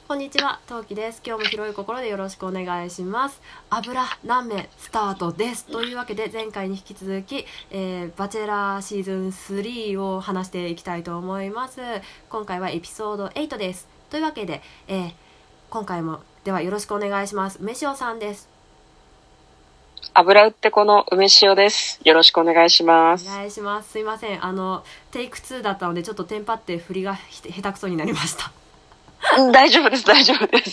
こんにちは、トウキです。今日も広い心でよろしくお願いします。油何名スタートです。というわけで前回に引き続き、バチェラーシーズン3を話していきたいと思います。今回はエピソード8です。というわけで、今回もではよろしくお願いします。梅塩さんです。 油売ってこの梅塩です。よろしくお願いします。 お願いします。すいません。テイク2だったのでちょっとテンパって振りが下手くそになりました。 大丈夫です、大丈夫です。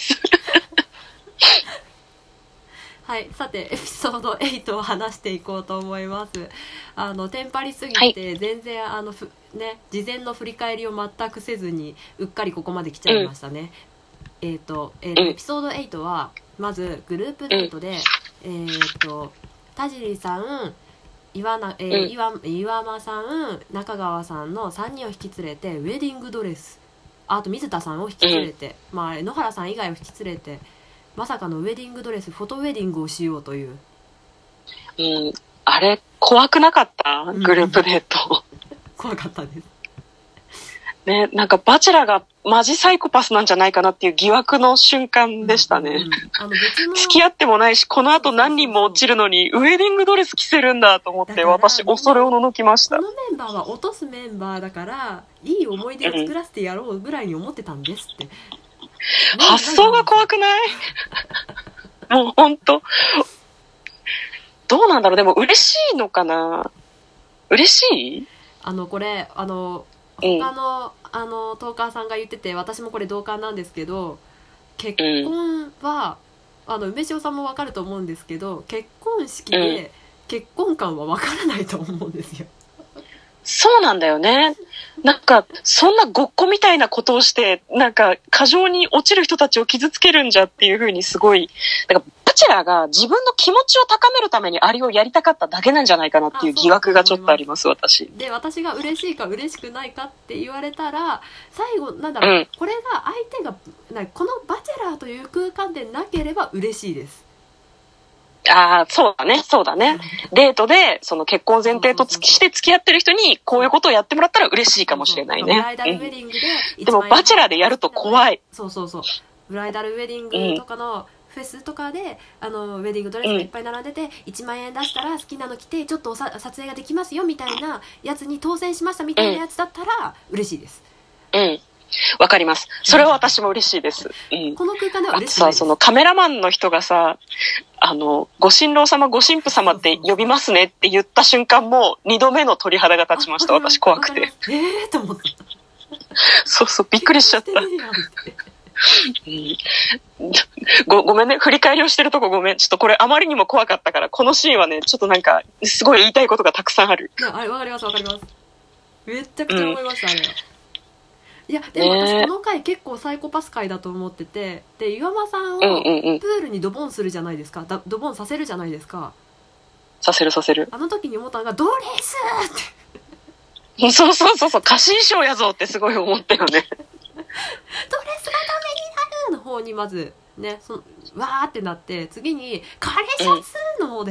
はい、さてエピソード8を話していこうと思います。テンパりすぎて全然、事前の振り返りを全くせずにうっかりここまで来ちゃいましたね。エピソード8はまずグループデートで、田尻さん、岩間さん、中川さんの3人を引き連れてウェディングドレス、あと水田さんを引き連れて、野原さん以外を引き連れてまさかのウェディングドレスフォトウェディングをしようという、 あれ怖くなかった？グループデート、 怖かったですね。なんかバチェラがマジサイコパスなんじゃないかなっていう疑惑の瞬間でしたね。付き合ってもないし、この後何人も落ちるのにウェディングドレス着せるんだと思って、私恐れおののきました。 このメンバーは落とすメンバーだからいい思い出を作らせてやろうぐらいに思ってたんですって、 発想が怖くない？もうほんとどうなんだろう。でも嬉しいのかな？嬉しい？ これ他の、トーカーさんが言ってて、私もこれ同感なんですけど、結婚は、梅塩さんも分かると思うんですけど、結婚式で結婚感は分からないと思うんですよ。 そうなんだよね。なんかそんなごっこみたいなことをしてなんか過剰に落ちる人たちを傷つけるんじゃっていう風にすごい、なんかバチェラーが自分の気持ちを高めるためにあれをやりたかっただけなんじゃないかなっていう疑惑がちょっとあります。私で、私が嬉しいか嬉しくないかって言われたら、最後これが相手がこのバチェラーという空間でなければ嬉しいです。 ああ、そうだね、そうだね。デートで、その結婚前提として付き合ってる人に、こういうことをやってもらったら嬉しいかもしれないね。 ブライダルウェディングで、 でも、バチェラーでやると怖い。 そう。ブライダルウェディングとかのフェスとかで、ウェディングドレスがいっぱい並んでて、1万円出したら好きなの着て、ちょっと撮影ができますよみたいなやつに当選しましたみたいなやつだったら、嬉しいです。 わかります。それは私も嬉しいです。 この空間では嬉しいです。 そのカメラマンの人がさ、ご新郎様ご新婦様って呼びますねって言った瞬間も2度目の鳥肌が立ちました。私怖くて。 と思った。 そう、びっくりしちゃった。ごめんね、振り返りをしてるとこごめん。ちょっとこれあまりにも怖かったから、このシーンはね、ちょっとなんか、すごい言いたいことがたくさんある。 わかります。めっちゃくちゃ思いました、あれ。いや、でも私この回結構サイコパス回だと思ってて、で、岩間さんをプールにドボンするじゃないですか。ドボンさせるじゃないですか。 させる。 あの時に思ったのが、ドレスって。そう、過信症やぞってすごい思ったよね。ドレスがダメになるの方にまず、ね、わーってなって、次に、カレシャツの方で、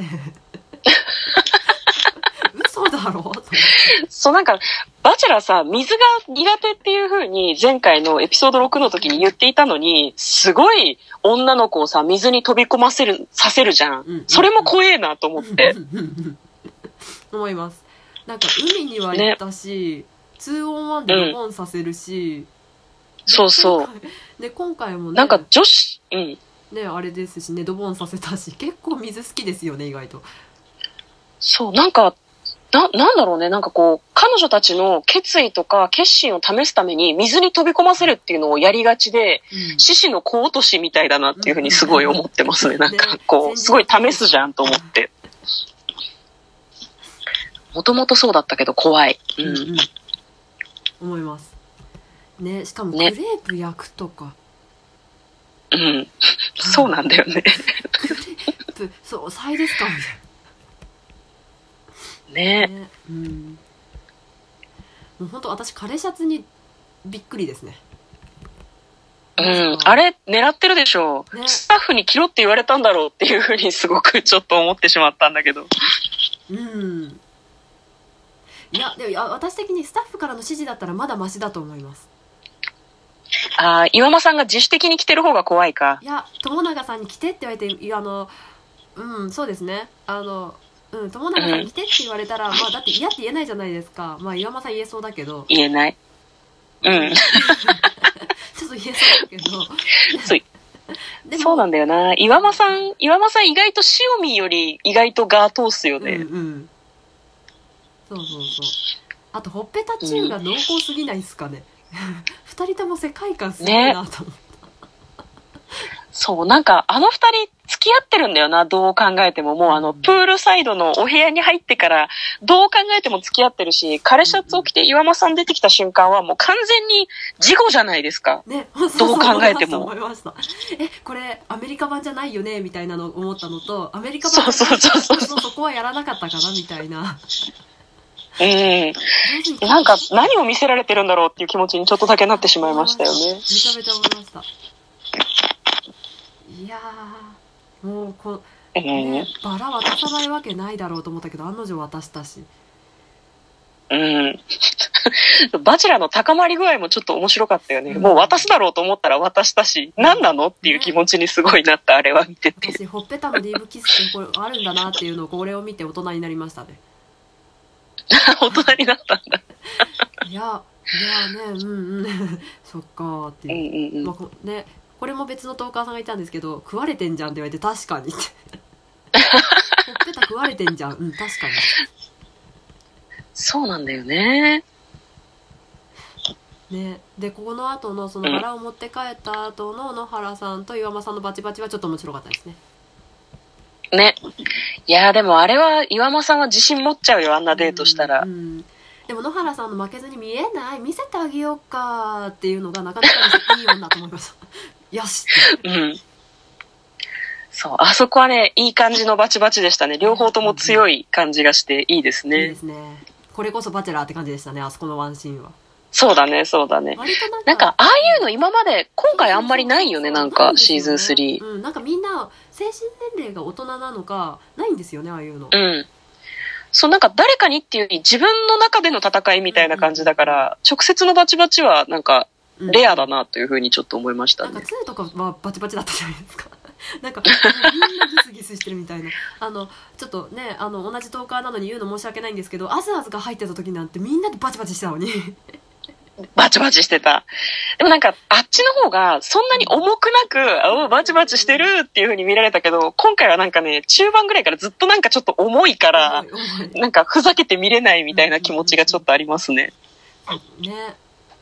嘘だろと。 そう、なんか、バチェラーさ、水が苦手っていう風に前回のエピソード6の時に言っていたのに、すごい女の子をさ、水に飛び込まさせるじゃん。それも怖えなと思って。 思います。なんか海には行ったし、2on1 でドボンさせるし、 そう。 で、今回もね、 なんか女子、 ね、あれですしね、ドボンさせたし、結構水好きですよね、意外と。 そう、なんか、なんだろうね、なんかこう、彼女たちの決意とか決心を試すために水に飛び込ませるっていうのをやりがちで、獅子の子落としみたいだなっていうふうにすごい思ってますね。なんかこう、すごい試すじゃんと思って。もともとそうだったけど怖い。 思います。ね、しかもクレープ焼くとか。 そうなんだよね。 クレープ、そう、サイですかみたいな。 ね、 もう本当私カレーシャツにびっくりですね。 あれ狙ってるでしょ、スタッフに着ろって言われたんだろうっていうふうにすごくちょっと思ってしまったんだけど。いや、でも私的にスタッフからの指示だったらまだマシだと思います。 岩間さんが自主的に着てる方が怖いか。 いや、友永さんに着てって言われて、そうですね。友永さんに着てって言われたら、まあ、だって嫌って言えないじゃないですか。まあ、岩間さん言えそうだけど。 言えない。 ちょっと言えそうだけど。 そうなんだよな。岩間さん意外と塩見より意外とガー通すよね。 そう。あと、ほっぺたチューが濃厚すぎないですかね。二人とも世界観すごいなと思った。 そう、なんかあの二人付き合ってるんだよな、どう考えても。もうプールサイドのお部屋に入ってからどう考えても付き合ってるし、彼シャツを着て岩間さん出てきた瞬間はもう完全に事故じゃないですか。 ね、 どう考えても。 思いました。これアメリカ版じゃないよねみたいなのを思ったのと、アメリカ版そうそこはやらなかったかなみたいな。 なんか何を見せられてるんだろうっていう気持ちにちょっとだけなってしまいましたよね。 めちゃめちゃ思いました。いやー、もうバラ渡さないわけないだろうと思ったけど、案の定渡したし。 バチェラーの高まり具合もちょっと面白かったよね。もう渡すだろうと思ったら渡したし、何なのっていう気持ちにすごいなった、あれは見てて。 私、ほっぺたのディーブキスってこれあるんだなっていうのを、これを見て大人になりましたね。 大人になったんだ。 いやね、そっかーっていう。ね、これも別のトーカーさんがいたんですけど、食われてんじゃんって言われて、確かにって。ほっぺた食われてんじゃん。確かに。 そうなんだよね。 ね、でこの後のそのバラを持って帰った後の野原さんと岩間さんのバチバチはちょっと面白かったですね。 ね。いやでもあれは岩間さんは自信持っちゃうよ、あんなデートしたら。 でも野原さんの負けずに見えない見せてあげようかっていうのがなかなかいい女と思いました。よしって。 そう、あそこはね、いい感じのバチバチでしたね。両方とも強い感じがしていいですね。 いいですね。これこそバチェラーって感じでしたね、あそこのワンシーンは。 そうだね。なんか、ああいうの今まで、今回あんまりないよね、なんか、シーズン3。 なんかみんな、精神年齢が大人なのか、ないんですよね、ああいうの。 そう、なんか誰かにっていうより、自分の中での戦いみたいな感じだから、直接のバチバチは、なんか、レアだな、というふうにちょっと思いましたね。 なんか、2とかはバチバチだったじゃないですか。なんか、みんなギスギスしてるみたいな。ちょっとね、同じトーカーなのに言うの申し訳ないんですけど、アズアズが入ってた時なんてみんなでバチバチしてたのに。 バチバチしてた。でもなんか、あっちの方が、そんなに重くなく、バチバチしてるっていう風に見られたけど、今回はなんかね、中盤ぐらいからずっとなんかちょっと重いから、なんかふざけて見れないみたいな気持ちがちょっとありますね。 ね。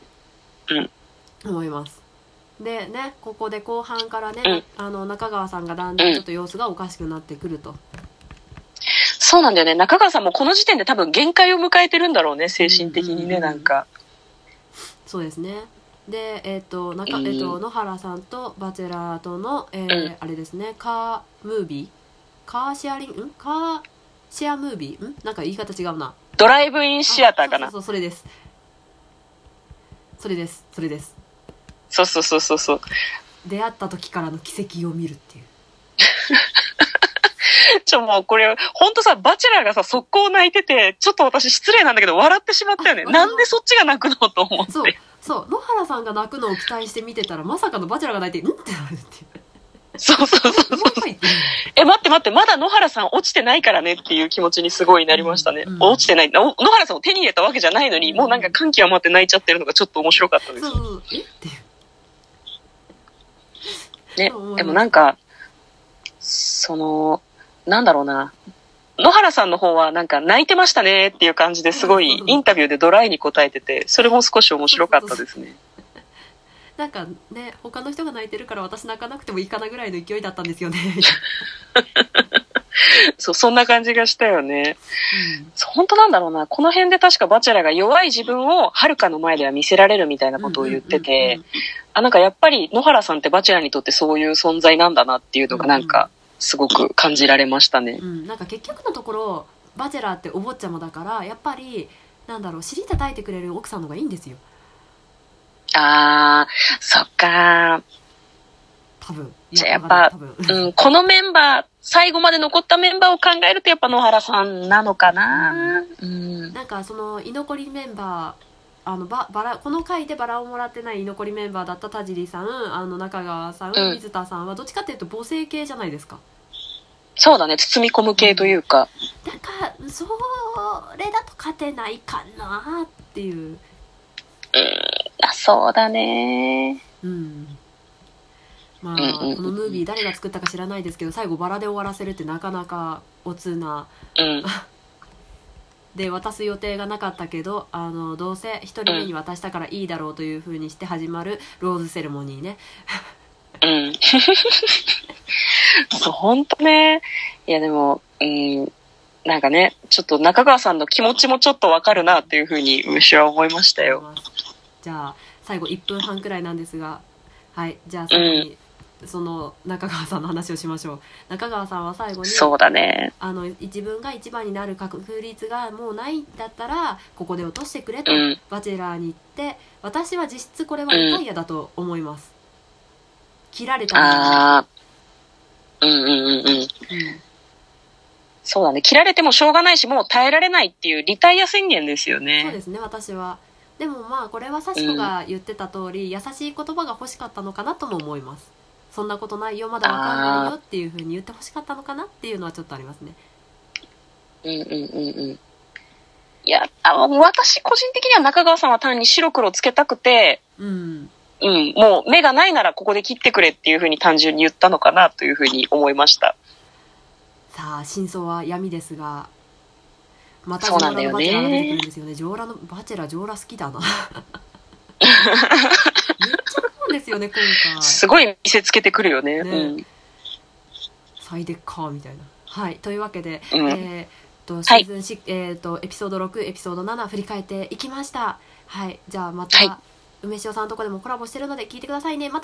思います。でね、ここで後半からね、中川さんがだんだんちょっと様子がおかしくなってくると。 そうなんだよね。中川さんもこの時点で多分限界を迎えてるんだろうね、精神的にね、なんか。 そうですね。で、野原さんとバチェラーとの、あれですね、カームービーカーシェアムービーなんか言い方違うな。 ドライブインシアターかな。 それです。 そう。 出会った時からの奇跡を見るっていう。 もうこれ、ほんとさ、バチェラーがさ、速攻泣いてて、ちょっと私失礼なんだけど、笑ってしまったよね。なんでそっちが泣くのと思って。 そう、野原さんが泣くのを期待して見てたら、まさかのバチェラーが泣いて、ってなるっていう。 そう。待って、まだ野原さん落ちてないからねっていう気持ちにすごいなりましたね。落ちてない。野原さんを手に入れたわけじゃないのに、もうなんか感極まって泣いちゃってるのがちょっと面白かったです。 っていう。 ね、でもなんか、なんだろうな。野原さんの方はなんか泣いてましたねっていう感じですごいインタビューでドライに答えてて、それも少し面白かったですね。 なんかね、他の人が泣いてるから私泣かなくてもいいかなぐらいの勢いだったんですよね。 そんな感じがしたよね。本当なんだろうな。この辺で確かバチェラーが弱い自分をはるかの前では見せられるみたいなことを言ってて、なんかやっぱり野原さんってバチェラーにとってそういう存在なんだなっていうのがなんかすごく感じられましたね。 なんか結局のところバチェラーってお坊ちゃまだからやっぱりなんだろう、尻叩いてくれる奥さんの方がいいんですよ。 そっか。 多分。 じゃあやっぱ、このメンバー、最後まで残ったメンバーを考えるとやっぱ野原さんなのかな。 なんかその居残りメンバこの回でバラをもらってない居残りメンバーだった田尻さん、中川さん、水田さんはどっちかっていうと母性系じゃないですか。 そうだね、包み込む系というか。 だからそれだと勝てないかなっていう。 そうだね。 まあ、このムービー誰が作ったか知らないですけど、最後バラで終わらせるってなかなかおつな。で、渡す予定がなかったけど、どうせ一人目に渡したからいいだろうという風にして始まるローズセレモニーね。 そう、ほんとね。いやでも、なんかね、ちょっと中川さんの気持ちもちょっとわかるなっていう風に私は思いましたよ。 じゃあ最後1分半くらいなんですが、はい、じゃあ最後にその中川さんの話をしましょう。中川さんは最後に、 そうだね、 自分が一番になる確率がもうないんだったらここで落としてくれと、バチェラーに言って、私は実質これはリタイアだと思います、切られたんだ。 そうだね、切られてもしょうがないし、もう耐えられないっていうリタイア宣言ですよね。 そうですね、私は。でもまあこれは幸子が言ってた通り、優しい言葉が欲しかったのかなとも思います。そんなことないよ、まだわかんないよっていう風に言って欲しかったのかなっていうのはちょっとありますね。 いや、私個人的には中川さんは単に白黒つけたくて、もう目がないならここで切ってくれっていう風に単純に言ったのかなという風に思いました。 さあ真相は闇ですが、またジョーラのバチェラーが出てくるんですよね。ジョーラのバチェラー、ジョーラ好きだな。めっちゃ思うんですよね今回。 すごい見せつけてくるよね。 最でっかみたいな。はい、というわけで、シーズン6、エピソード6、エピソード7振り返っていきました。はい、じゃあまた、梅塩さんのとこでもコラボしてるので聞いてくださいね。また